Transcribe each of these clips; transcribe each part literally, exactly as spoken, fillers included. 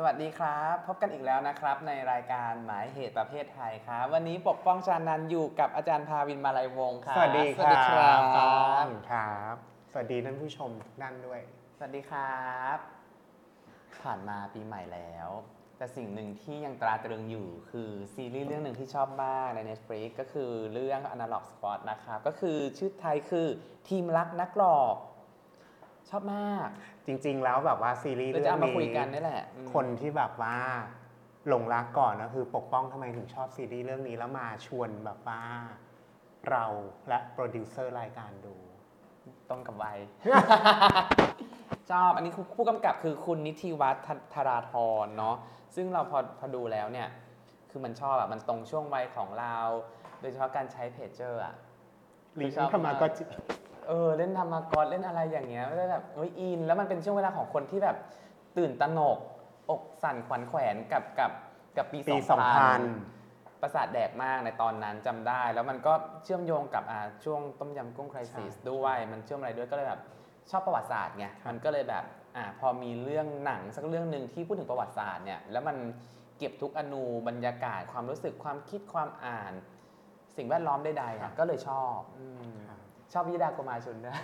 วัสดีครับพบกันอีกแล้วนะครับในรายการหมายเหตุประเภทไทยครับวันนี้ปกป้องชานันท์อยู่กับอาจารย์ภาวินมาลัยวงศ์ครับสวัสดีคสวัสดีครัรับป้องบครับสวัสดีท่านผู้ชมทุกท่านด้วยสวัสดีครับผ่านมาปีใหม่แล้ว แต่สิ่งหนึ่งที่ยังตราตรึงอยู่คือซีรีส์เรื่องหนึ่งที่ชอบมากใน Netflix ก็คือเรื่อง Analog Squad นะครับก็คือชื่อไทยคือทีมรักนักหลอกชอบมากจริงๆแล้วแบบว่าซีรีส์เรื่องนี้คนที่แบบว่าหลงรักก่อนก็คือปกป้องทำไมถึงชอบซีรีส์เรื่องนี้แล้วมาชวนแบบว่าเราและโปรดิวเซอร์รายการดูตรงกับวัย ชอบอันนี้ผู้กำกับคือคุณนิติวัฒน์ธราธรเนาะซึ่งเราพอพอดูแล้วเนี่ยคือมันชอบแบบมันตรงช่วงวัยของเราโดยเฉพาะการใช้เพจเจอร์อะลิงก์ทำมาก็เออเล่นธรรมากรเล่นอะไรอย่างเงี้ยไม่ได้แบบเอ้ยอินแล้วมันเป็นช่วงเวลาของคนที่แบบตื่นตระหนกอกสั่นขวัญแขวนกับกับกับปีสองพันประสาทแดกมากในตอนนั้นจำได้แล้วมันก็เชื่อมโยงกับอ่าช่วงต้มยำกุ้งไครซิสด้วยมันเชื่อมอะไรด้วยก็เลยแบบชอบประวัติศาสตร์ไงมันก็เลยแบบอ่าพอมีเรื่องหนังสักเรื่องนึงที่พูดถึงประวัติศาสตร์เนี่ยแล้วมันเก็บทุกอนูบรรยากาศความรู้สึกความคิดความอ่านสิ่งแวดล้อมใดๆอ่ะก็เลยชอบชอบยิดาโกมาชุนด้วย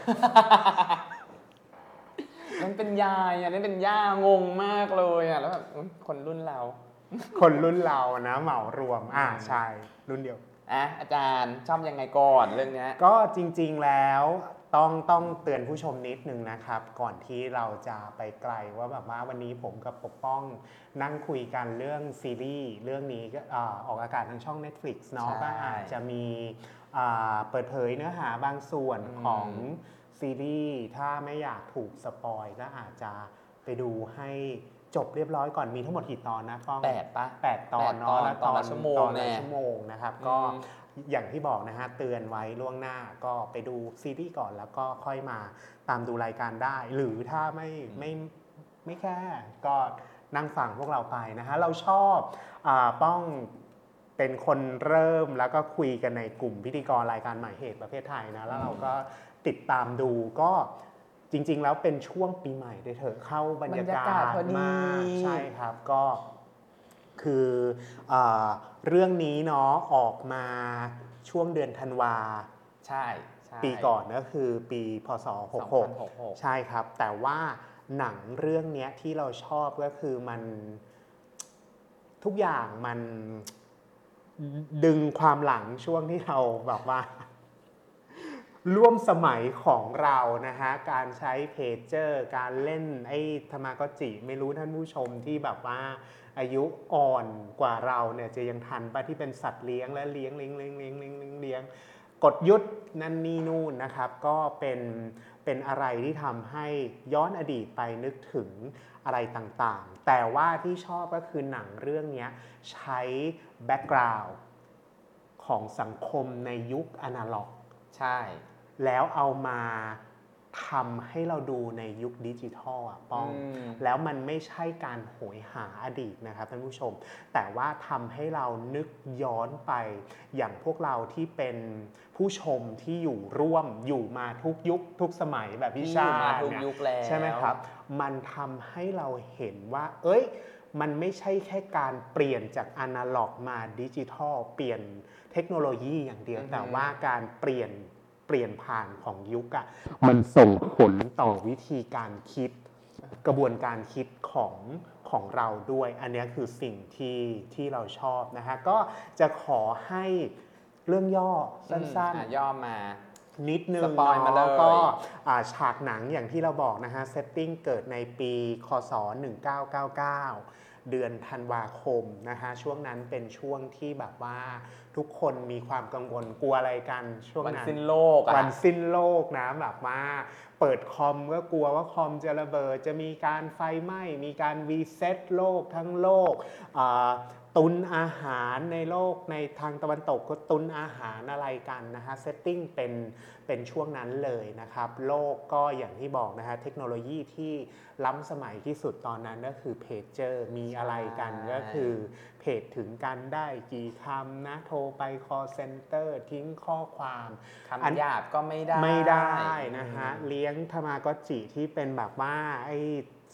นั่นเป็นยายอ่ะนั่นเป็นย่างงมากเลยอ่ะแล้วแบบคนรุ่นเราคนรุ่นเรานะเหมารวมอ่าใช่รุ่นเดียวอ่ะอาจารย์ชอบยังไงก่อนเรื่องนี้ก็จริงๆแล้วต้องต้องเตือนผู้ชมนิดนึงนะครับก่อนที่เราจะไปไกลว่าแบบว่าวันนี้ผมกับปกป้องนั่งคุยกันเรื่องซีรีส์เรื่องนี้ก็ออกอากาศทางช่อง Netflix เนาะก็อาจจะมีเปิดเผยเนื้อหาบางส่วนของซีรีส์ถ้าไม่อยากถูกสปอยก็อาจจะไปดูให้จบเรียบร้อยก่อนมีทั้งหมดกี่ตอนนะป้องแปดปะแปดตอนเนาะแล้วตอนละชั่วโมงตอนละชั่วโมงนะครับก็อย่างที่บอกนะฮะเตือนไว้ล่วงหน้าก็ไปดูซีรีส์ก่อนแล้วก็ค่อยมาตามดูรายการได้หรือถ้าไม่ไม่ไม่แค่ก็นั่งฟังพวกเราไปนะฮะเราชอบอ่าป้องเป็นคนเริ่มแล้วก็คุยกันในกลุ่มพิธีกรรายการหมายเหตุประเภทไทยนะแล้วเราก็ติดตามดูก็จริงๆแล้วเป็นช่วงปีใหม่ด้วยเถอะเข้าบรรยากาศมากใช่ครับก็คือเอ่อเรื่องนี้เนาะออกมาช่วงเดือนธันวาใช่ปีก่อนก็คือปีพศหกหกใช่ครับแต่ว่าหนังเรื่องนี้ที่เราชอบก็คือมันทุกอย่างมันดึงความหลังช่วงที่เราแบบว่าร่วมสมัยของเรานะฮะการใช้เพจเจอร์การเล่นไอ้ทามากอจิไม่รู้ท่านผู้ชมที่แบบว่าอายุอ่อนกว่าเราเนี่ยจะยังทันป่ะที่เป็นสัตว์เลี้ยงและเลี้ยงเลี้ยงเลี้ยงเลี้ยงเลี้ยงเลี้ยงเลี้ยงกดยุทธนั่นนี่นู่นนะครับก็เป็นเป็นอะไรที่ทำให้ย้อนอดีตไปนึกถึงอะไรต่างๆแต่ว่าที่ชอบก็คือหนังเรื่องนี้ใช้แบ็กกราวด์ของสังคมในยุคอนาล็อกใช่แล้วเอามาทำให้เราดูในยุคดิจิทัลอ่ะป้องแล้วมันไม่ใช่การโหยหาอดีตนะครับท่านผู้ชมแต่ว่าทำให้เรานึกย้อนไปอย่างพวกเราที่เป็นผู้ชมที่อยู่ร่วมอยู่มาทุกยุคทุกสมัยแบบพี่ชาเนี่ยใช่ไหมครับมันทำให้เราเห็นว่าเอ้ยมันไม่ใช่แค่การเปลี่ยนจากอนาล็อกมาดิจิทัลเปลี่ยนเทคโนโลยีอย่างเดียวแต่ว่าการเปลี่ยนเปลี่ยนผ่านของยุคอะมันส่งผลต่อวิธีการคิดกระบวนการคิดของของเราด้วยอันนี้คือสิ่งที่ที่เราชอบนะฮะก็จะขอให้เรื่องย่อสั้นๆย่อมานิดนึงเนาะก็ฉากหนังอย่างที่เราบอกนะฮะเซตติ้งเกิดในปีคศหนึ่งพันเก้าร้อยเก้าสิบเก้าเดือนธันวาคมนะฮะช่วงนั้นเป็นช่วงที่แบบว่าทุกคนมีความกังวลกลัวอะไรกันช่วงนั้นวันสิ้นโลกวันสิ้นโลกนะแบบว่าเปิดคอมก็กลัวว่าคอมจะระเบิดจะมีการไฟไหม้มีการรีเซ็ตโลกทั้งโลกตุนอาหารในโลกในทางตะวันตกก็ตุนอาหารอะไรกันนะฮะเซตติ้งเป็นเป็นช่วงนั้นเลยนะครับโลกก็อย่างที่บอกนะฮะเทคโนโลยีที่ล้ำสมัยที่สุดตอนนั้นก็คือเพจเจอร์มีอะไรกันก็คือเพจถึงกันได้กี่คำนะโทรไป call center ทิ้งข้อความคำหยาบก็ไม่ได้ไม่ได้นะฮะเลี้ยงทามากอจิที่เป็นแบบว่าไอ้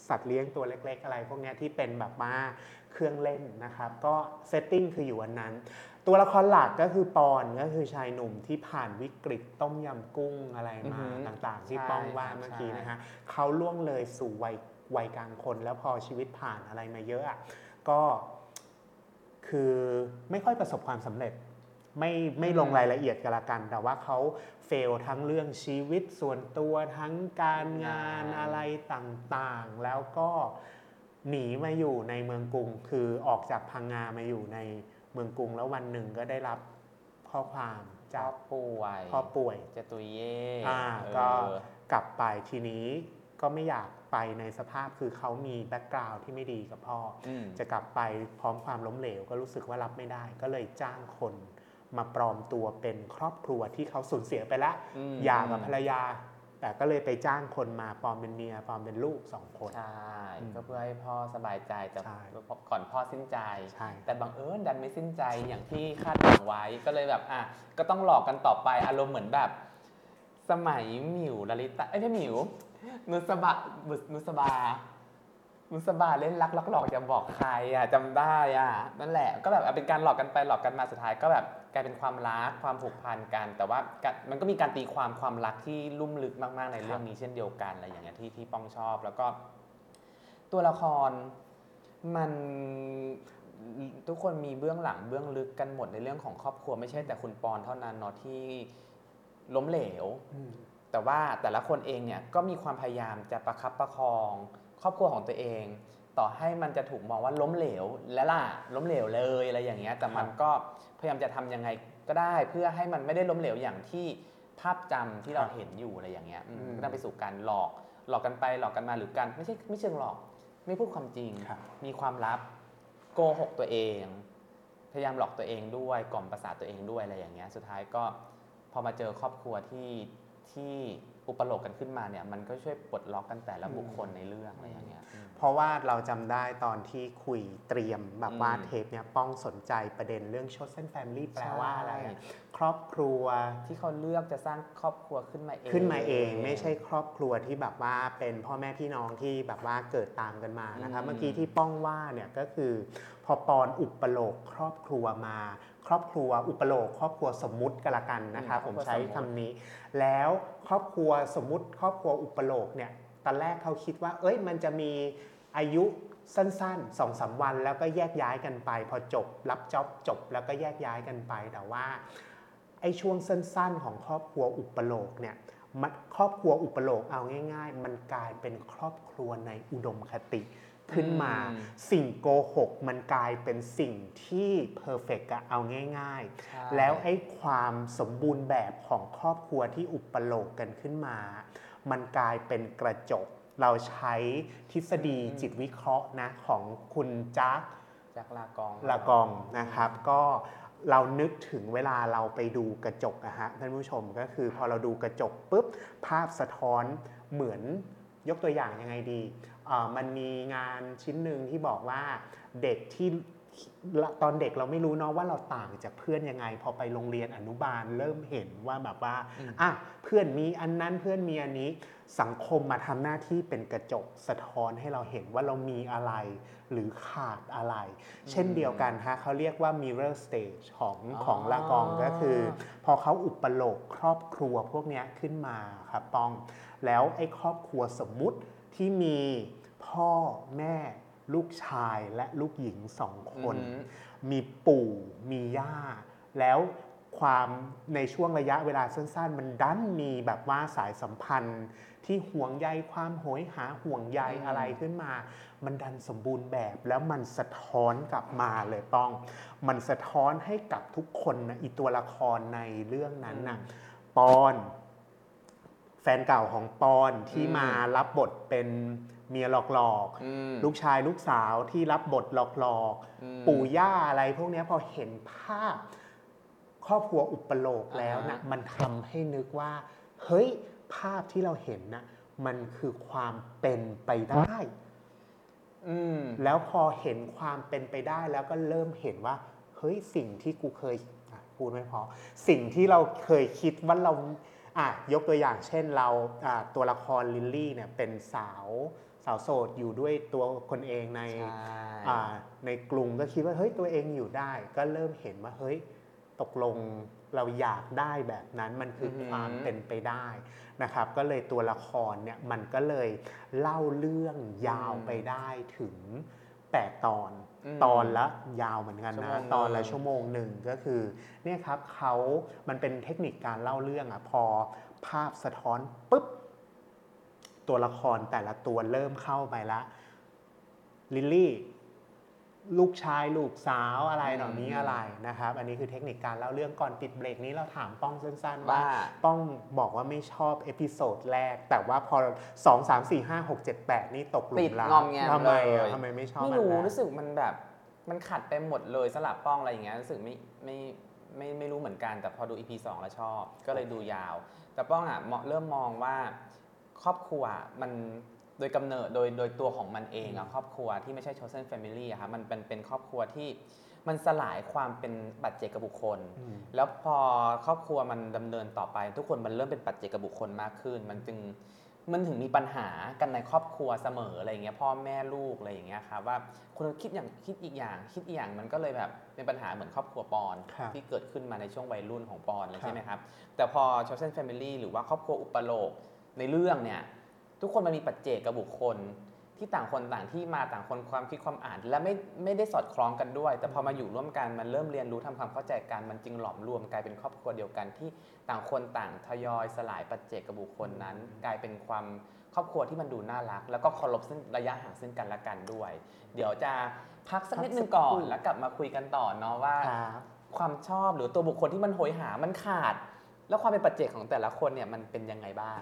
สัตว์เลี้ยงตัวเล็กๆอะไรพวกนี้ที่เป็นแบบว่าเครื่องเล่นนะครับก็เซตติ้งคืออยู่อันนั้นตัวละครหลักก็คือปอนก็คือชายหนุ่มที่ผ่านวิกฤตต้มยำกุ้งอะไรมาต่างๆที่ป้องว่าเมื่อกี้นะฮะเขาล่วงเลยสู่วัยวัยกลางคนแล้วพอชีวิตผ่านอะไรมาเยอะอ่ะก็คือไม่ค่อยประสบความสำเร็จไม่ไม่ลงรายละเอียดกันละกันแต่ว่าเขาเฟลทั้งเรื่องชีวิตส่วนตัวทั้งการงานอะไรต่างๆแล้วก็หนีมาอยู่ในเมืองกรุงคือออกจากพังงามาอยู่ในเมืองกรุงแล้ววันหนึ่งก็ได้รับข้อความจากพ่อป่วยพ่อป่วยจะตุยเย่อ่าก็กลับไปทีนี้ก็ไม่อยากไปในสภาพคือเขามีแบ็กกราวด์ที่ไม่ดีกับพ่อจะกลับไปพร้อมความล้มเหลวก็รู้สึกว่ารับไม่ได้ก็เลยจ้างคนมาปลอมตัวเป็นครอบครัวที่เขาสูญเสียไปแล้วหย่ากับภรรยาแต่ก็เลยไปจ้างคนมาปลอมเป็นเมียปลอมเป็นลูกสองคนใช่ก็เพื่อให้พ่อสบายใจแต่ก่อนพ่อสิ้นใจแต่บังเอิญดันไม่สิ้นใจอย่างที่คาดหวังไว้ก็เลยแบบอ่ะก็ต้องหลอกกันต่อไปอารมณ์เหมือนแบบสมัยหมิวลลิตาเอ้ยไม่หมิวนุสบานุสบานุสบาเล่นรักหลอกจะบอกใครอ่ะจำได้อ่ะนั่นแหละก็แบบเป็นการหลอกกันไปหลอกกันมาสุดท้ายก็แบบกลายเป็นความรักความผูกพันกันแต่ว่ามันก็มีการตีความความรักที่ลุ่มลึกมากๆในเรื่องนี้เช่นเดียวกันอะไรอย่างเงี้ยที่ที่ป้องชอบแล้วก็ตัวละครมันทุกคนมีเบื้องหลังเบื้องลึกกันหมดในเรื่องของครอบครัวไม่ใช่แต่คุณปอนเท่านั้นเนาะที่ล้มเหลวแต่ว่าแต่ละคนเองเนี่ยก็มีความพยายามจะประคับประคองครอบครัวของตัวเองต่อให้มันจะถูกมองว่าล้มเหลวและล่ะล้มเหลวเลยอะไรอย่างเงี้ยแต่มันก็พยายามจะทำยังไงก็ได้เพื่อให้มันไม่ได้ล้มเหลวอย่างที่ภาพจำที่เราเห็นอยู่อะไรอย่างเงี้ยก็นำไปสู่การหลอกหลอกกันไปหลอกกันมาหรือกันไม่ใช่ไม่เชิงหลอกไม่พูดความจริงมีความลับโกหกตัวเองพยายามหลอกตัวเองด้วยกล่อมประสาทตัวเองด้วยอะไรอย่างเงี้ยสุดท้ายก็พอมาเจอครอบครัวที่ที่อุปโลกกันขึ้นมาเนี่ยมันก็ช่วยปลดล็อกกันแต่ละบุคคลในเรื่องอะไรอย่างเงี้ยเพราะว่าเราจำได้ตอนที่คุยเตรียมแบบว่าเทปเนี่ยป้องสนใจประเด็นเรื่อง chosen family แปลว่าอะไรครอบครัวที่เขาเลือกจะสร้างครอบครัวขึ้นมาเองขึ้นมาเองไม่ใช่ครอบครัวที่แบบว่าเป็นพ่อแม่พี่น้องที่แบบว่าเกิดตามกันมานะครับเมื่อกี้ที่ป้องว่าเนี่ยก็คือพอปอนอุปโลกครอบครัวมาครอบครัวอุปโลกครอบครัวสมมุติกันละกันนะครับผมใช้คำนี้แล้วครอบครัวสมมุติครอบครัวอุปโลกเนี่ยตอนแรกเขาคิดว่าเอ้ยมันจะมีอายุสั้นๆ สองสาม วันแล้วก็แยกย้ายกันไปพอจบรับจ็อบจบแล้วก็แยกย้ายกันไปแต่ว่าไอ้ช่วงสั้นๆของครอบครัวอุปโลกเนี่ยครอบครัวอุปโลกเอาง่ายๆมันกลายเป็นครอบครัวในอุดมคติขึ้นมาสิ่งโกหกมันกลายเป็นสิ่งที่เพอร์เฟกต์เอาง่ายๆแล้วไอ้ความสมบูรณ์แบบของครอบครัวที่อุปโลกกันขึ้นมามันกลายเป็นกระจกเราใช้ทฤษฎีจิตวิเคราะห์นะของคุณจักจักลากองลากองนะครับก็เรานึกถึงเวลาเราไปดูกระจกอะฮะท่านผู้ชมก็คือพอเราดูกระจกปุ๊บภาพสะท้อนเหมือนยกตัวอย่างยังไงดีมันมีงานชิ้นหนึ่งที่บอกว่าเด็กที่ตอนเด็กเราไม่รู้เนาะว่าเราต่างจากเพื่อนยังไงพอไปโรงเรียนอนุบาลเริ่มเห็นว่าแบบว่าอ่ะเพื่อนมีอันนั้นเพื่อนมีอันนี้สังคมมาทำหน้าที่เป็นกระจกสะท้อนให้เราเห็นว่าเรามีอะไรหรือขาดอะไรเช่นเดียวกันฮะเขาเรียกว่า mirror stage ของของลากองก็คือพอเขาอุปโลกครอบครัวพวกนี้ขึ้นมาครับป้องแล้วไอ้ครอบครัวสมมุติที่มีพ่อแม่ลูกชายและลูกหญิงสองคนมีปู่มีย่าแล้วความในช่วงระยะเวลาสั้นๆมันดันมีแบบว่าสายสัมพันธ์ที่ห่วงใยความโหยหาห่วงใยอะไรขึ้นมามันดันสมบูรณ์แบบแล้วมันสะท้อนกลับมาเลยป้องมันสะท้อนให้กับทุกคนนะอีตัวละครในเรื่องนั้นนะปอนแฟนเก่าของปอนที่มารับบทเป็นเมียหลอกๆลูกชายลูกสาวที่รับบทหลอกๆปู่ย่าอะไรพวกนี้พอเห็นภาพครอบครัวอุปโลกแล้วนะมันทำให้นึกว่าเฮ้ยภาพที่เราเห็นนะมันคือความเป็นไปได้แล้วพอเห็นความเป็นไปได้แล้วก็เริ่มเห็นว่าเฮ้ยสิ่งที่กูเคยพูดไม่พอสิ่งที่เราเคยคิดว่าเราอ่ะยกตัวอย่างเช่นเราตัวละครลิลลี่เนี่ยเป็นสาวสาวโสดอยู่ด้วยตัวคนเองในในกรุงก็คิดว่าเฮ้ยตัวเองอยู่ได้ก็เริ่มเห็นว่าเฮ้ยตกลงเราอยากได้แบบนั้นมันคือความเป็นไปได้นะครับก็เลยตัวละครเนี่ยมันก็เลยเล่าเรื่องยาวไปได้ถึงแปดตอนตอนละยาวเหมือนกันนะตอนละชั่วโมงหนึ่งก็คือเนี่ยครับเขามันเป็นเทคนิคการเล่าเรื่องอ่ะพอภาพสะท้อนปุ๊บตัวละครแต่ละตัวเริ่มเข้าไปละลิลลี่ลูกชายลูกสาวอะไรหน่อนี้อะไรนะครับอันนี้คือเทคนิคการเล่าเรื่องก่อนปิดเบรกนี้เราถามป้องสั้นๆว่าป้องบอกว่าไม่ชอบเอพิโซดแรกแต่ว่าพอสอง สาม สี่ ห้า หก เจ็ด แปดนี่ตกหลุมรักทำไมทำไมไม่ชอบไม่รู้รู้สึกมันแบบมันขัดไปหมดเลยสลับป้องอะไรอย่างเงี้ยรู้สึกไม่ไม่ไม่ไม่รู้เหมือนกันแต่พอดู อี พี สองแล้วชอบก็เลยดูยาวแต่ป้องอ่ะเริ่มมองว่าครอบครัวมันโดยกำเนิดโดยโดยตัวของมันเองอะครอบครัวที่ไม่ใช่ chosen family อะครับมันเป็นเป็นครอบครัวที่มันสลายความเป็นปัจเจกบุคคลแล้วพอครอบครัวมันดำเนินต่อไปทุกคนมันเริ่มเป็นปัจเจกบุคคลมากขึ้นมันจึงมันถึงมีปัญหากันในครอบครัวเสมออะไรอย่างเงี้ยพ่อแม่ลูกอะไรอย่างเงี้ยครับว่าคนคิดอย่างคิดอีกอย่างคิดอีกอย่างมันก็เลยแบบเป็นปัญหาเหมือนครอบครัวปอนที่เกิดขึ้นมาในช่วงวัยรุ่นของปอนเลยใช่ไหมครับแต่พอ chosen family หรือว่าครอบครัวอุปโลกในเรื่องเนี่ยทุกคนมันมีปัจเจกบุคคลที่ต่างคนต่างที่มาต่างคนความคิดความอ่านและไม่ไม่ได้สอดคล้องกันด้วยแต่พอมาอยู่ร่วมกันมันเริ่มเรียนรู้ทำความเข้าใจกันมันจึงหลอมรวมกลายเป็นครอบครัวเดียวกันที่ต่างคนต่างทยอยสลายปัจเจกบุคคลนั้นกลายเป็นความครอบครัวที่มันดูน่ารักแล้วก็เคารพซึ่งระยะห่างซึ่งกันและกันด้วยเดี๋ยวจะพักสักนิดนึงก่อนแล้วกลับมาคุยกันต่อเนาะว่าความชอบหรือตัวบุคคลที่มันโหยหามันขาดแล้วความเป็นปัจเจกของแต่ละคนเนี่ยมันเป็นยังไงบ้าง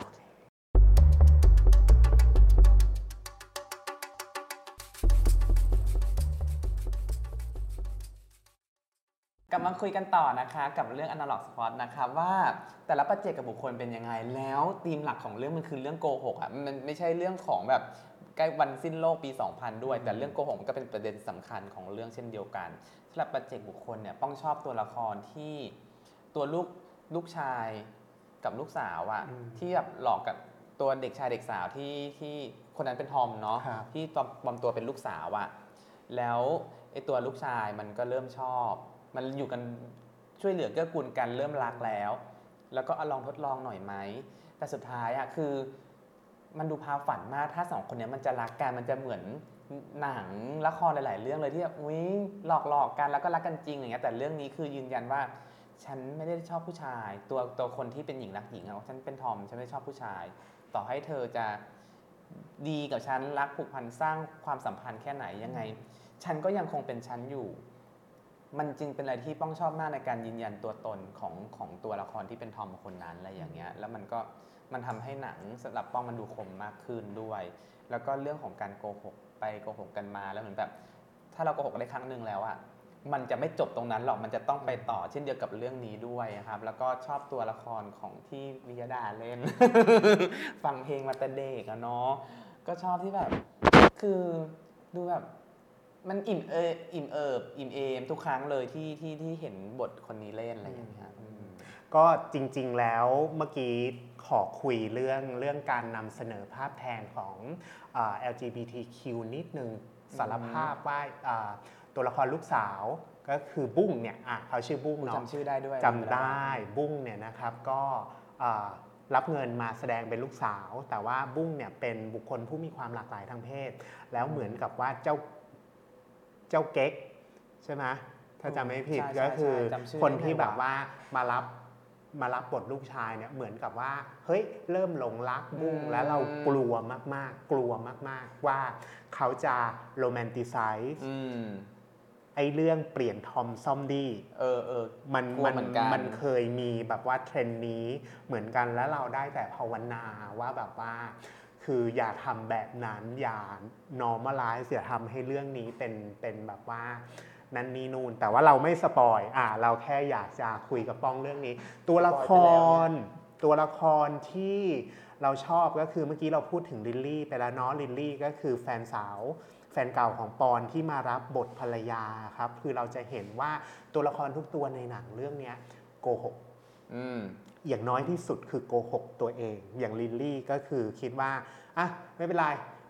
กลับมาคุยกันต่อนะคะกับเรื่อง Analog Spot นะคะว่าแต่ละปัจเจกบุคคลเป็นยังไงแล้วธีมหลักของเรื่องมันคือเรื่องโกหกอ่ะมันไม่ใช่เรื่องของแบบใกล้วันสิ้นโลกปีสองพันด้วยแต่เรื่องโกหกก็เป็นประเด็นสำคัญของเรื่องเช่นเดียวกันสำหรับปัจเจกบุคคลเนี่ยป้องชอบตัวละครที่ตัวลูกลูกชายกับลูกสาวอ่ะที่แบบหลอกกับตัวเด็กชายเด็กสาวที่ที่คนนั้นเป็นทอมเนาะที่ปลอมตัวเป็นลูกสาวอ่ะแล้วไอ้ตัวลูกชายมันก็เริ่มชอบมันอยู่กันช่วยเหลือเกื้อกูลกันเริ่มรักแล้วแล้วก็เอาลองทดลองหน่อยไหมแต่สุดท้ายอ่ะคือมันดูพาฝันมากถ้าสองคนนี้มันจะรักกันมันจะเหมือนหนังละครหลายๆเรื่องเลยที่แบบอุ้ยหลอกหลอกกันแล้วก็รักกันจริงอย่างเงี้ยแต่เรื่องนี้คือยืนยันว่าฉันไม่ได้ชอบผู้ชายตัวตัวคนที่เป็นหญิงรักหญิงอ่ะฉันเป็นทอมฉันไม่ชอบผู้ชายต่อให้เธอจะดีกับฉันรักผูกพันสร้างความสัมพันธ์แค่ไหนยังไงฉันก็ยังคงเป็นฉันอยู่มันจึงเป็นอะไรที่ป้องชอบมากในการยืนยันตัวตนของของตัวละครที่เป็นทอมคนนั้นอะไรอย่างเงี้ยแล้วมันก็มันทำให้หนังสำหรับป้องมันดูคมมากขึ้นด้วยแล้วก็เรื่องของการโกหกไปโกหกกันมาแล้วเหมือนแบบถ้าเราโกหกได้ครั้งนึงแล้วอ่ะมันจะไม่จบตรงนั้นหรอกมันจะต้องไปต่อเช่นเดียวกับเรื่องนี้ด้วยครับแล้วก็ชอบตัวละครของที่วิยดาเล่น ฟังเพลงมาแต่เด็กอะเนาะก็ชอบที่แบบคือดูแบบมันอิ่มเอออิ่มเอิบอิ่มเอมทุกครั้งเลยที่ที่ที่เห็นบทคนนี้เล่นอะไรอย่างเงี้ยก็จริงๆแล้วเมื่อกี้ขอคุยเรื่องเรื่องการนำเสนอภาพแทนของเอ่อ แอล จี บี ที คิว นิดนึงสารภาพว่าตัวละครลูกสาวก็คือบุ้งเนี่ยอ่ะเขาชื่อบุ้งเนาะจำชื่อได้ด้วยจำได้บุ้งเนี่ยนะครับก็รับเงินมาแสดงเป็นลูกสาวแต่ว่าบุ้งเนี่ยเป็นบุคคลผู้มีความหลากหลายทางเพศแล้วเหมือนกับว่าเจ้าเจ้าเก๊กใช่ไหมถ้าจำไม่ผิดก็คือคนที่แบบว่ามารับมารับบทลูกชายเนี่ยเหมือนกับว่าเฮ้ยเริ่มหลงรักบุ้งแล้วเรากลัวมากๆกลัวมากๆว่าเขาจะโรแมนติไซซ์ไอ้เรื่องเปลี่ยนทอมซอมดี้เออเออมันมันมันเคยมีแบบว่าเทรนด์นี้เหมือนกันแล้วเราได้แต่ภาวนาว่าแบบว่าคืออย่าทำแบบนั้นอย่า normalize อย่าทำให้เรื่องนี้เป็นเป็นแบบว่านั่นนี่นู่นแต่ว่าเราไม่สปอยอ่ะเราแค่อยากจะคุยกับป้องเรื่องนี้ตัวละครตัวละครที่เราชอบก็คือเมื่อกี้เราพูดถึงลิลลี่ไปแล้วเนาะลิลลี่ก็คือแฟนสาวแฟนเก่าของปอนที่มารับบทภรรยาครับคือเราจะเห็นว่าตัวละครทุกตัวในหนังเรื่องนี้โกหกอย่างน้อยที่สุดคือโกหกตัวเองอย่างลิลลี่ก็คือคิดว่าอ่ะไม่เป็นไร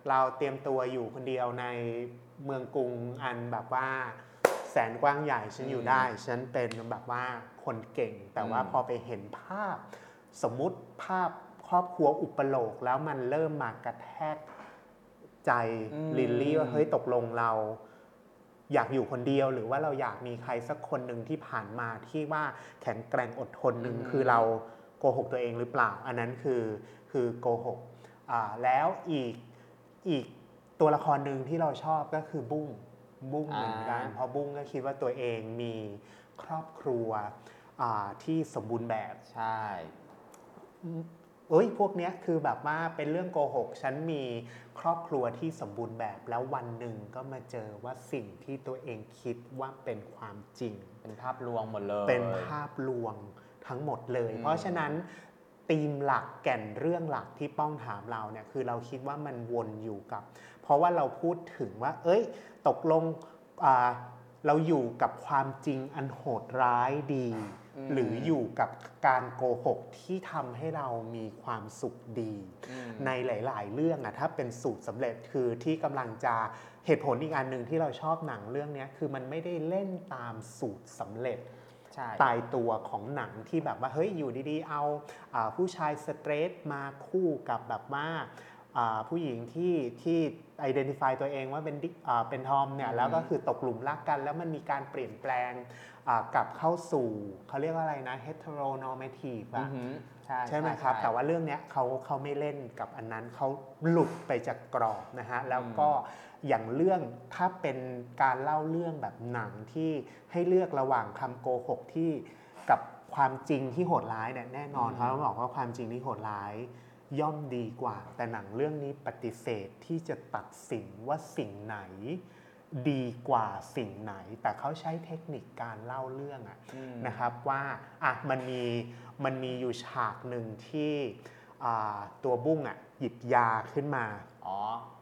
เราเตรียมตัวอยู่คนเดียวในเมืองกรุงอันแบบว่าแสนกว้างใหญ่ฉันอยู่ได้ฉันเป็นแบบว่าคนเก่งแต่ว่าพอไปเห็นภาพสมมุติภาพครอบครัวอุปโลกแล้วมันเริ่มมากระแทกใจลิลลี่ว่าเฮ้ยตกลงเราอยากอยู่คนเดียวหรือว่าเราอยากมีใครสักคนหนึ่งที่ผ่านมาที่ว่าแข็งแกร่งอดทนหนึ่งคือเราโกหกตัวเองหรือเปล่าอันนั้นคือคือโกหกอ่าแล้วอีกอีกตัวละครหนึ่งที่เราชอบก็คือบุ้งบุ้งเหมือนกันเพราะบุ้งก็คิดว่าตัวเองมีครอบครัวที่สมบูรณ์แบบใช่เอ้ยพวกเนี้ยคือแบบว่าเป็นเรื่องโกหกฉันมีครอบครัวที่สมบูรณ์แบบแล้ววันหนึ่งก็มาเจอว่าสิ่งที่ตัวเองคิดว่าเป็นความจริงเป็นภาพลวงหมดเลยเป็นภาพลวงทั้งหมดเลยเพราะฉะนั้นธีมหลักแก่นเรื่องหลักที่ป้องถามเราเนี่ยคือเราคิดว่ามันวนอยู่กับเพราะว่าเราพูดถึงว่าเอ้ยตกลงเราอยู่กับความจริงอันโหดร้ายดีหรืออยู่กับการโกหกที่ทำให้เรามีความสุขดีในหลายๆเรื่องอะถ้าเป็นสูตรสำเร็จคือที่กำลังจะเหตุผลอีกอันหนึ่งที่เราชอบหนังเรื่องนี้คือมันไม่ได้เล่นตามสูตรสำเร็จตายตัวของหนังที่แบบว่าเฮ้ยอยู่ดีๆเอาผู้ชายสเตรทมาคู่กับแบบว่าผู้หญิงที่ที่ identify ตัวเองว่าเป็นเป็นทอมเนี่ยแล้วก็คือตกหลุมรักกันแล้วมันมีการเปลี่ยนแปลงกลับเข้าสู่เขาเรียกว่าอะไรนะ heteronormative อะใช่ไหมครับแต่ว่าเรื่องนี้เขาเขาไม่เล่นกับอันนั้นเขาหลุดไปจากกรอบนะฮะแล้วก็อย่างเรื่องถ้าเป็นการเล่าเรื่องแบบหนังที่ให้เลือกระหว่างคำโกหกที่กับความจริงที่โหดร้ายเนี่ยแน่นอนเขาบอกว่าความจริงที่โหดร้ายย่อมดีกว่าแต่หนังเรื่องนี้ปฏิเสธที่จะตัดสินว่าสิ่งไหนดีกว่าสิ่งไหนแต่เขาใช้เทคนิคการเล่าเรื่องอะนะครับว่าอ่ะมันมีมันมีอยู่ฉากหนึ่งที่ตัวบุ้งอ่ะหยิบยาขึ้นมาอ๋อ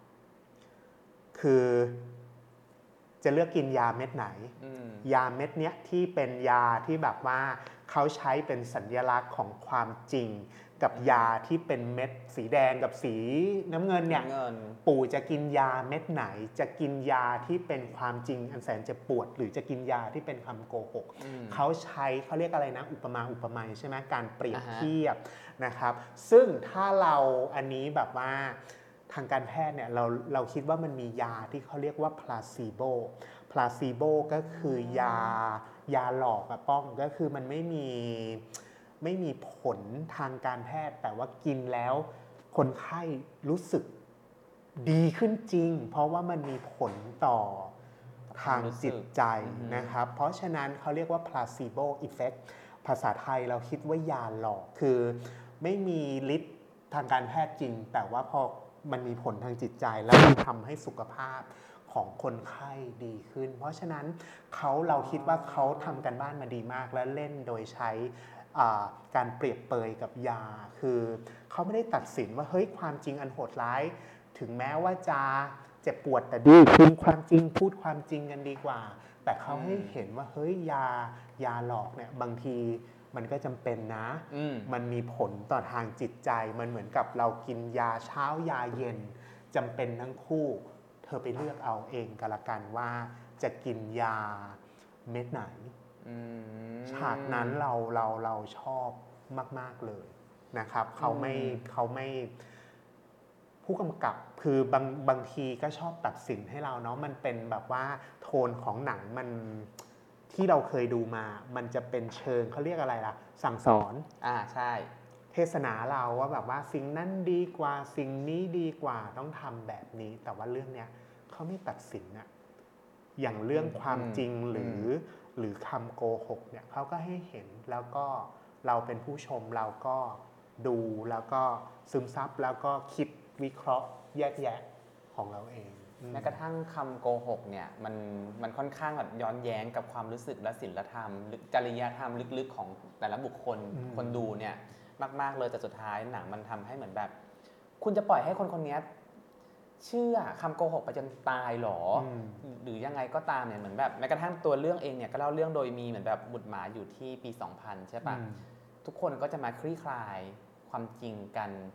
คือจะเลือกกินยาเม็ดไหนยาเม็ดเนี้ยที่เป็นยาที่แบบว่าเขาใช้เป็นสัญลักษณ์ของความจริงกับยาที่เป็นเม็ดสีแดงกับสีน้ำเงินเนี่ยปู่จะกินยาเม็ดไหนจะกินยาที่เป็นความจริงอันแสนจะปวดหรือจะกินยาที่เป็นคำโกหกเขาใช้เขาเรียกอะไรนะอุปมาอุปไมยใช่ไหมการเปรียบเทียบนะครับซึ่งถ้าเราอันนี้แบบว่าทางการแพทย์เนี่ยเราเราคิดว่ามันมียาที่เขาเรียกว่าพลาซีโบพลาซีโบก็คือยายาหลอกอะป้องก็คือมันไม่มีไม่มีผลทางการแพทย์แต่ว่ากินแล้วคนไข้รู้สึกดีขึ้นจริงเพราะว่ามันมีผลต่อทางจิตใจนะครับเพราะฉะนั้นเขาเรียกว่า placebo effect ภาษาไทยเราคิดว่ายาหลอกคือไม่มีฤทธิ์ทางการแพทย์จริงแต่ว่าพอมันมีผลทางจิตใจแล้วมันทำให้สุขภาพของคนไข้ดีขึ้นเพราะฉะนั้นเขาเราคิดว่าเขาทำกันบ้านมาดีมากและเล่นโดยใช้การเปรียบเปยกับยาคือเขาไม่ได้ตัดสินว่าเฮ้ยความจริงอันโหดร้ายถึงแม้ว่าจะเจ็บปวดแต่ดีคือความจริงพูดความจริงกันดีกว่าแต่เขาให้เห็นว่าเฮ้ยยายาหลอกเนี่ยบางทีมันก็จำเป็นนะมมันมีผลต่อทางจิตใจมันเหมือนกับเรากินยาเช้ายาเย็นจำเป็นทั้งคู่เธอไปเลือกเอาเองก็แล้วกันว่าจะกินยาเม็ดไหนฉากนั้นเราเราเราชอบมากๆเลยนะครับเขาไม่เขาไม่ผู้กำกับคือบางบางทีก็ชอบตัดสินให้เราเนาะมันเป็นแบบว่าโทนของหนังมันที่เราเคยดูมามันจะเป็นเชิงเขาเรียกอะไรล่ะสั่งสอนอ่าใช่เทศนาเราว่าแบบว่าสิ่งนั้นดีกว่าสิ่งนี้ดีกว่าต้องทำแบบนี้แต่ว่าเรื่องเนี้ยเขาไม่ตัดสินอะอย่างเรื่องความจริงหรือหรือคำโกหกเนี่ยเขาก็ให้เห็นแล้วก็เราเป็นผู้ชมเราก็ดูแล้วก็ซึมซับแล้วก็คิดวิเคราะห์แยกแยะของเราเองแม้กระทั่งคำโกหกเนี่ยมันมันค่อนข้างแบบย้อนแย้งกับความรู้สึกและศีลธรรมจริยธรรมลึกๆของแต่ละบุคคลคนดูเนี่ยมากๆเลยแต่สุดท้ายหนังมันทำให้เหมือนแบบคุณจะปล่อยให้คนคนนี้เชื่อคำโกหกไปจนตายหรอหรือยังไงก็ตามเนี่ยเหมือนแบบแม้กระทั่งตัวเรื่องเองเนี่ยก็เล่าเรื่องโดยมีเหมือนแบบบุตรหมาอยู่ที่ปีสองพันใช่ปะทุกคนก็จะมาคลี่คลายความจริงกัน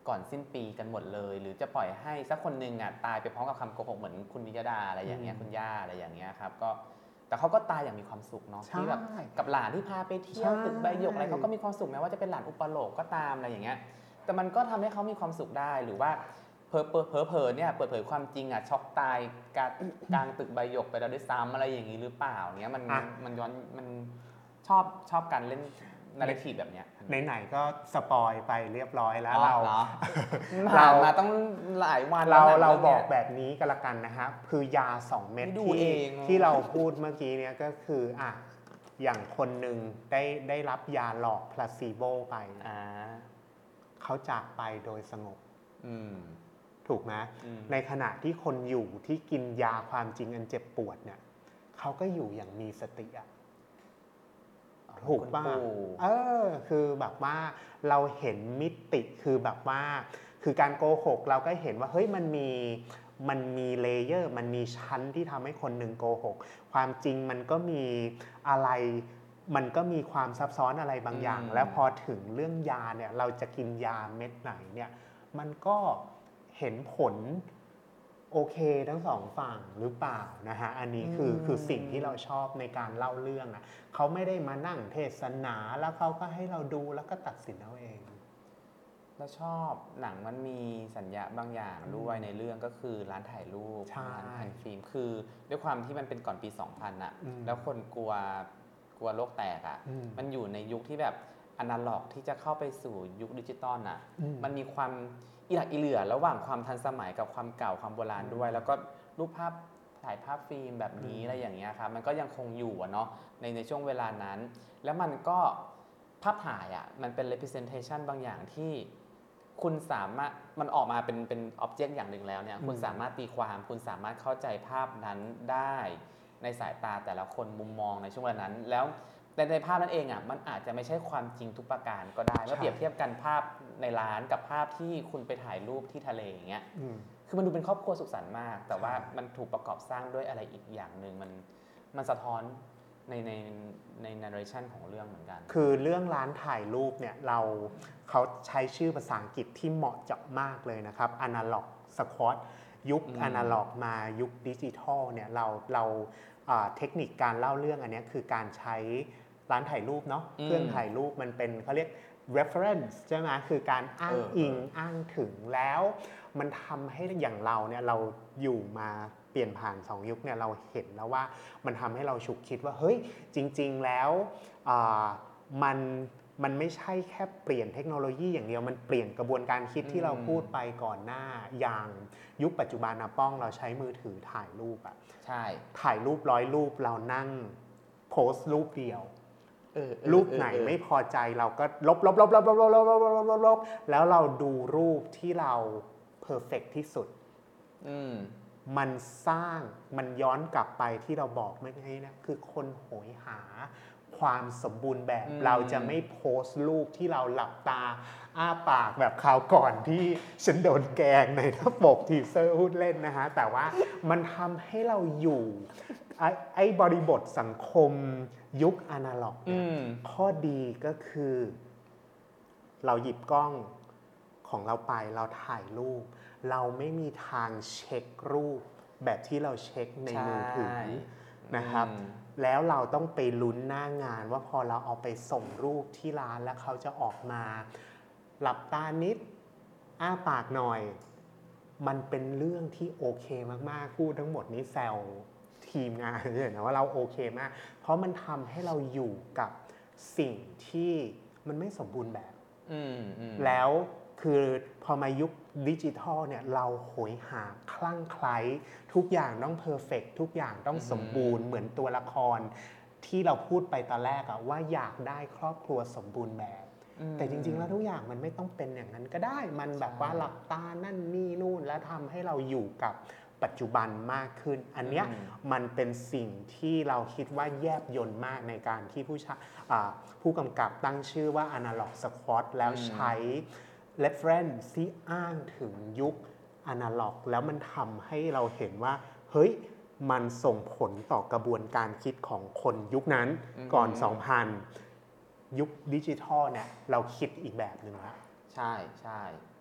ก่อนสิ้นปีกันหมดเลยหรือจะปล่อยให้สักคนหนึ่งอ่ะตายไปพร้อมกับคำโกหกเหมือนคุณวิยดาอะไรอย่างเงี้ยคุณย่าอะไรอย่างเงี้ยครับก็แต่เขาก็ตายอย่างมีความสุขเนาะที่แบบกับหลานที่พาไปเที่ยวตึกใบหยกอะไรเขาก็มีความสุขแม้ว่าจะเป็นหลานอุปโลกก็ตามอะไรอย่างเงี้ยแต่มันก็ทำให้เขามีความสุขได้หรือว่าเพอเพอเพอเนี่ยเปิดเผยความจริงอ่ะช็อกตายกลางตึกใบหยกไปแล้วด้วยซ้ำอะไรอย่างนี้หรือเปล่าเนี้ยมันมันย้อนมันชอบชอบการเล่นนาร์เรทีฟแบบเนี้ยไหนๆก็สปอยไปเรียบร้อยแล้วเราเรามาต้องหลายวันเราเราบอกแบบนี้กันละกันนะครับคือยาสองเม็ดที่ที่เราพูดเมื่อกี้เนี่ยก็คืออ่ะอย่างคนหนึ่งได้ได้รับยาหลอกพลาซีโบไปเขาจากไปโดยสงบถูกไหมในขณะที่คนอยู่ที่กินยาความจริงอันเจ็บปวดเนี่ยเขาก็อยู่อย่างมีสติอะถูกป่ะเออคือแบบว่าเราเห็นมิติคือแบบว่าคือการโกหกเราก็เห็นว่าเฮ้ยมันมีมันมีเลเยอร์มันมีชั้นที่ทำให้คนหนึ่งโกหกความจริงมันก็มีอะไรมันก็มีความซับซ้อนอะไรบางอย่างแล้วพอถึงเรื่องยาเนี่ยเราจะกินยาเม็ดไหนเนี่ยมันก็เห็นผลโอเคทั้งสองฝั่งหรือเปล่านะฮะอันนี้คือคือสิ่งที่เราชอบในการเล่าเรื่องอ่ะเขาไม่ได้มานั่งเทศนาแล้วเขาก็ให้เราดูแล้วก็ตัดสินเอาเองแล้วชอบหนังมันมีสัญญาบางอย่างด้วยในเรื่องก็คือร้านถ่ายรูปร้านถ่ายฟิล์มคือด้วยความที่มันเป็นก่อนปีสองพันอ่ะแล้วคนกลัวกลัวโลกแตกอ่ะมันอยู่ในยุคที่แบบอนาล็อกที่จะเข้าไปสู่ยุคดิจิตอลอ่ะมันมีความอีหลักอีเหลือระหว่างความทันสมัยกับความเก่าความโบราณด้วยแล้วก็รูปภาพถ่ายภาพฟิล์มแบบนี้อะไรอย่างเงี้ยครับมันก็ยังคงอยู่เนาะในในช่วงเวลานั้นแล้วมันก็ภาพถ่ายอ่ะมันเป็น representation บางอย่างที่คุณสามารถมันออกมาเป็นเป็นอ็อบเจกต์อย่างหนึ่งแล้วเนี่ยคุณสามารถตีความคุณสามารถเข้าใจภาพนั้นได้ในสายตาแต่ละคนมุมมองในช่วงเวลานั้นแล้วแต่ในภาพนั้นเองอ่ะมันอาจจะไม่ใช่ความจริงทุกประการก็ได้เมื่อเปรียบเทียบกันภาพในร้านกับภาพที่คุณไปถ่ายรูปที่ทะเลอย่างเงี้ยคือมันดูเป็นครอบครัวสุขสันต์มากแต่ว่ามันถูกประกอบสร้างด้วยอะไรอีกอย่างหนึ่งมันมันสะท้อนในในใน narration ของเรื่องเหมือนกันคือเรื่องร้านถ่ายรูปเนี่ยเราเขาใช้ชื่อภาษาอังกฤษที่เหมาะเจาะมากเลยนะครับ analog squad ยุค analog มายุคดิจิทัลเนี่ยเราเราเทคนิคการเล่าเรื่องอันนี้คือการใช้ร้านถ่ายรูปเนาะเครื่องถ่ายรูปมันเป็นเขาเรียก reference ใช่ไหมคือการอ้างอิงอ้างถึงแล้วมันทำให้อย่างเราเนี่ยเราอยู่มาเปลี่ยนผ่านสองยุคเนี่ยเราเห็นแล้วว่ามันทำให้เราฉุกคิดว่าเฮ้ยจริงๆแล้วมันมันไม่ใช่แค่เปลี่ยนเทคโนโลยีอย่างเดียวมันเปลี่ยนกระบวนการคิดที่เราพูดไปก่อนหน้าอย่างยุคปัจจุบันนะป้องเราใช้มือถือถ่ายรูปอะใช่ถ่ายรูปร้อยรูปเรานั่งโพสต์รูปเดียวรูปไหนไม่พอใจเราก็ลบลบลบลบลบลบลบลบลบลบแล้วเราดูรูปที่เราเพอร์เฟกต์ที่สุดมันสร้างมันย้อนกลับไปที่เราบอกเมื่อกี้นะคือคนโหยหาความสมบูรณ์แบบเราจะไม่โพสต์รูปที่เราหลับตาอ้าปากแบบคราวก่อนที่ฉันโดนแกงในหน้าปกทีเซอร์พูดเล่นนะฮะแต่ว่ามันทำให้เราอยู่ไอ้บริบทสังคมยุคอนาล็อกข้อดีก็คือเราหยิบกล้องของเราไปเราถ่ายรูปเราไม่มีทางเช็ครูปแบบที่เราเช็คในมือถือนะครับแล้วเราต้องไปลุ้นหน้างานว่าพอเราเอาไปส่งรูปที่ร้านแล้วเขาจะออกมาหลับตานิดอ้าปากหน่อยมันเป็นเรื่องที่โอเคมากๆพูดทั้งหมดนี้แซวทีมงานเลยนะว่าเราโอเคมากเพราะมันทำให้เราอยู่กับสิ่งที่มันไม่สมบูรณ์แบบแล้วคือพอมายุคดิจิทัลเนี่ยเราโหยหาคลั่งไคล้ทุกอย่างต้องเพอร์เฟกต์ทุกอย่างต้องสมบูรณ์เหมือนตัวละครที่เราพูดไปตอนแรกอะว่าอยากได้ครอบครัวสมบูรณ์แบบแต่จริงๆแล้วทุกอย่างมันไม่ต้องเป็นอย่างนั้นก็ได้มันแบบว่าหลับตานั่นนี่นู่นแล้วทำให้เราอยู่กับปัจจุบันมากขึ้นอันเนี้ยมันเป็นสิ่งที่เราคิดว่าแยบยลมากในการที่ผู้ผู้กำกับตั้งชื่อว่า Analog Squad แล้วใช้reference ที่อ้างถึงยุคอนาล็อกแล้วมันทำให้เราเห็นว่าเฮ้ยมันส่งผลต่อกระบวนการคิดของคนยุคนั้นก่อน สองพัน ยุคดิจิทัลเนี่ยเราคิดอีกแบบหนึ่งแล้วใช่ใช่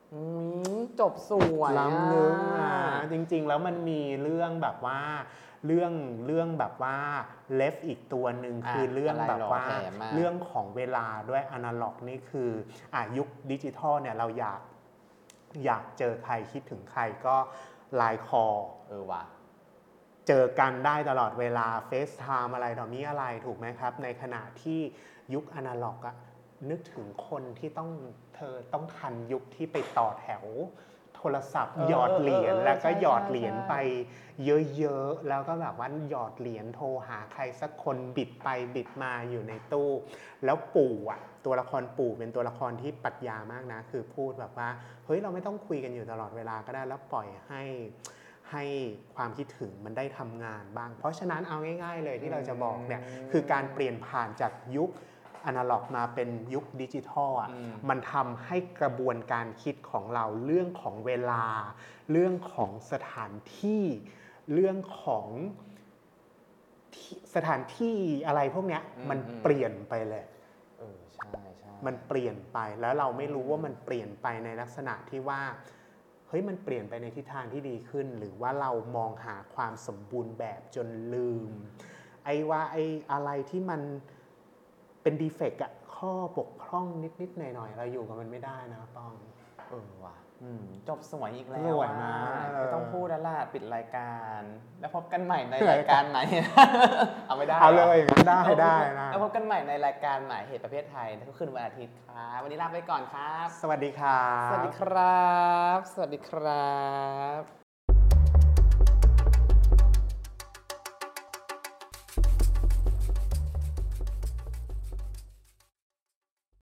อืมจบสวยอะล้ำลึกอ่ะจริงๆแล้วมันมีเรื่องแบบว่าเรื่องเรื่องแบบว่าเลฟอีกตัวหนึ่งอ่ะคือเรื่องอะไรแบบหรอว่าแถมมาเรื่องของเวลาด้วยอนาล็อกนี่คืออ่ะยุคดิจิทัลเนี่ยเราอยากอยากเจอใครคิดถึงใครก็ไลน์คอลเออว่ะเจอกันได้ตลอดเวลา FaceTime อะไรต่อมีอะไรถูกไหมครับ ในขณะที่ยุคอนาล็อกอะนึกถึงคนที่ต้องเธอต้องทันยุคที่ไปต่อแถวโทรศัพท์เออหยอดเหรียญเออเออแล้วก็ใช่หยอดเหรียญใช่ไปเยอะๆแล้วก็แบบว่าหยอดเหรียญโทรหาใครสักคนบิดไปบิดมาอยู่ในตู้ แล้วปู่อะตัวละครปู่เป็นตัวละครที่ปรัชญามากนะคือพูดแบบว่าเฮ้ยเราไม่ต้องคุยกันอยู่ตลอดเวลาก็ได้แล้วปล่อยให้ให้ความคิดถึงมันได้ทำงานบ้างเพราะฉะนั้นเอาง่ายๆเลยที่เราจะบอกเนี่ยคือการเปลี่ยนผ่านจากยุคอนาล็อกมาเป็นยุคดิจิทัลอ่ะมันทำให้กระบวนการคิดของเราเรื่องของเวลาเรื่องของสถานที่เรื่องของสถานที่อะไรพวกเนี้ยมันเปลี่ยนไปเลยเออใช่ใช่มันเปลี่ยนไปแล้วเราไม่รู้ว่ามันเปลี่ยนไปในลักษณะที่ว่าเฮ้ยมันเปลี่ยนไปในทิศทางที่ดีขึ้นหรือว่าเรามองหาความสมบูรณ์แบบจนลืมไอ้ว่าไอ้อะไรที่มันเป็นดีเฟกต์อะข้อบกพร่องนิดๆหน่อยๆเราอยู่กับมันไม่ได้นะป้องเออว่ะจบสวยอีกแล้วสวยนะไม่ต้องพูดแล้วล่ะปิดรายการ แล้วพบกันใหม่ในรายการไหน เอาไม่ได้เอาเลยได้ได้นะแล้วพบกันใหม่ในรายการหมายเหตุประเภทไทยทุกคืนวันอาทิตย์ครับวันนี้ลาไปก่อนครับสวัสดีครับสวัสดีครับ สวัสดีครับ